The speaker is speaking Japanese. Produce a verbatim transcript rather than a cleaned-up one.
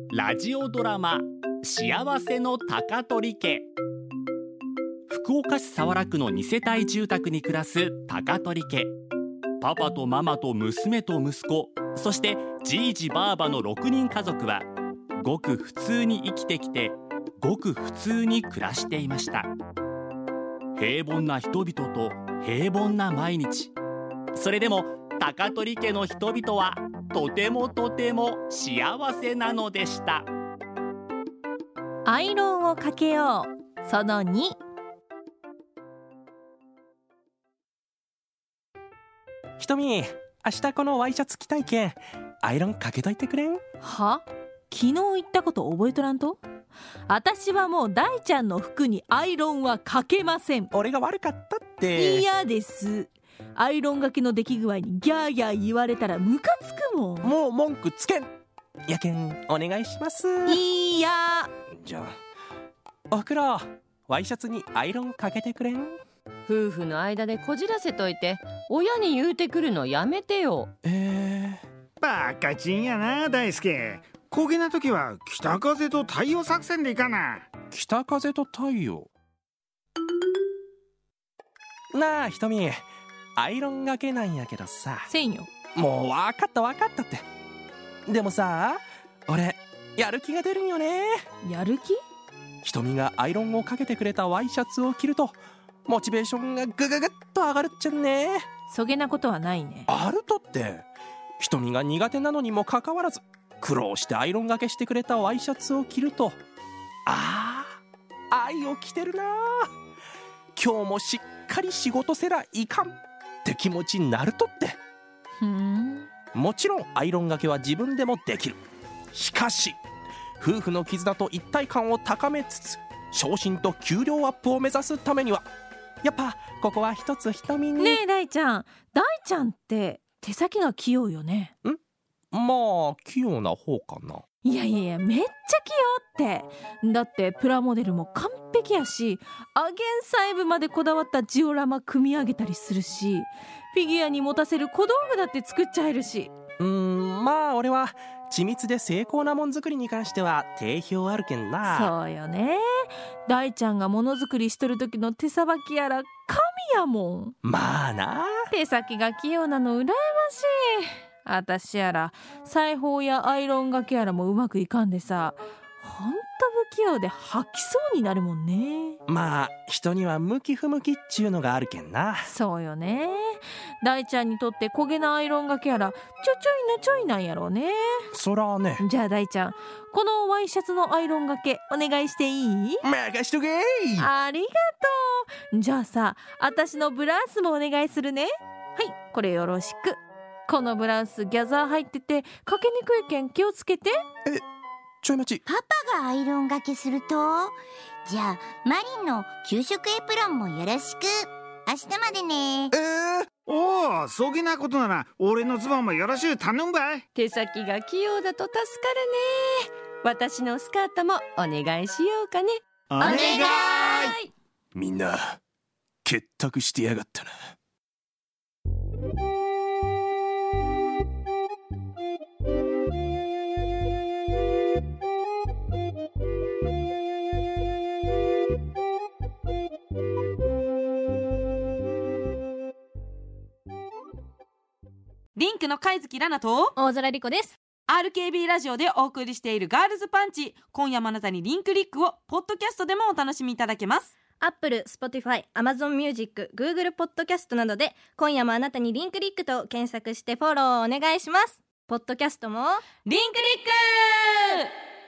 ラジオドラマ幸せの高取家。福岡市早良区のに世帯住宅に暮らす高取家。パパとママと娘と息子、そしてじいじばあばのろくにん家族はごく普通に生きてきて、ごく普通に暮らしていました。平凡な人々と平凡な毎日。それでも高取家の人々はとてもとても幸せなのでした。 アイロンをかけようそのに。 ひとみ、明日このワイシャツ着たいけんアイロンかけといてくれん？ は？昨日言ったこと覚えとらんと？私はもう大ちゃんの服にアイロンはかけません。 俺が悪かったって。 嫌です。アイロンがけの出来具合にギャーギャー言われたらムカつくもん。 もう文句つけん。やけんお願いします。 いや。 じゃあおふくろ、ワイシャツにアイロンかけてくれん？ 夫婦の間でこじらせといて親に言うてくるのやめてよ。 えー、バカチンやな大輔。焦げな時は北風と太陽作戦でいかな。 北風と太陽なあひとみ、アイロンがけなんやけどさ。 せんよ。 もうわかったわかったって。でもさ、俺やる気が出るんよね。 やる気？ ひとみがアイロンをかけてくれたワイシャツを着るとモチベーションがグググッと上がるっちゃんね。 そげなことはないね。 あるとって。ひとみが苦手なのにもかかわらず苦労してアイロンがけしてくれたワイシャツを着ると、ああ愛を着てるな、今日もしっかり仕事せらいかんって気持ちになるとって。 ふーん。 もちろんアイロンがけは自分でもできる。しかし夫婦の絆と一体感を高めつつ昇進と給料アップを目指すためにはやっぱここは一つひとみに。 ねえ大ちゃん、大ちゃんって手先が器用よね。 ん？まあ器用な方かな。 いやいやいや、めっちゃ器用って。だってプラモデルも完璧やし、アゲン細部までこだわったジオラマ組み上げたりするし、フィギュアに持たせる小道具だって作っちゃえるし。 うーん、まあ俺は緻密で精巧なもんづくりに関しては定評あるけんな。 そうよね。大ちゃんがものづくりしとる時の手さばきやら神やもん。 まあな、 手先が器用なの羨ましい。私やら裁縫やアイロンがけやらもうまくいかんでさ、ほんと不器用で吐きそうになるもんね。 まあ人には向き不向きっちゅうのがあるけんな。 そうよね。大ちゃんにとって焦げなアイロンがけやらちょちょいのちょいなんやろうね。 そらね。 じゃあ大ちゃん、このワイシャツのアイロンがけお願いしていい？ 任しとけー。 ありがとう。じゃあさ、私のブラウスもお願いするね。はい、これよろしく。このブラウスギャザー入っててかけにくいけん気をつけて。 え、ちょい待ち。 パパがアイロンがけすると、じゃあマリンの給食エプロンもよろしく。明日までね。 えー、おお、そげなことなら俺のズボンもよろしゅう頼むばい。 手先が器用だと助かるね。私のスカートもお願いしようかね。 お願い。 みんな結託してやがったな。 リンクの貝月ラナと大空莉子です。 アールケービー ラジオでお送りしているガールズパンチ。今夜もあなたにリンクリックをポッドキャストでもお楽しみいただけます。 アップル、Spotify、Amazon Music、Google ポッドキャストなどで今夜もあなたにリンクリックと検索してフォローお願いします。ポッドキャストもリンクリック。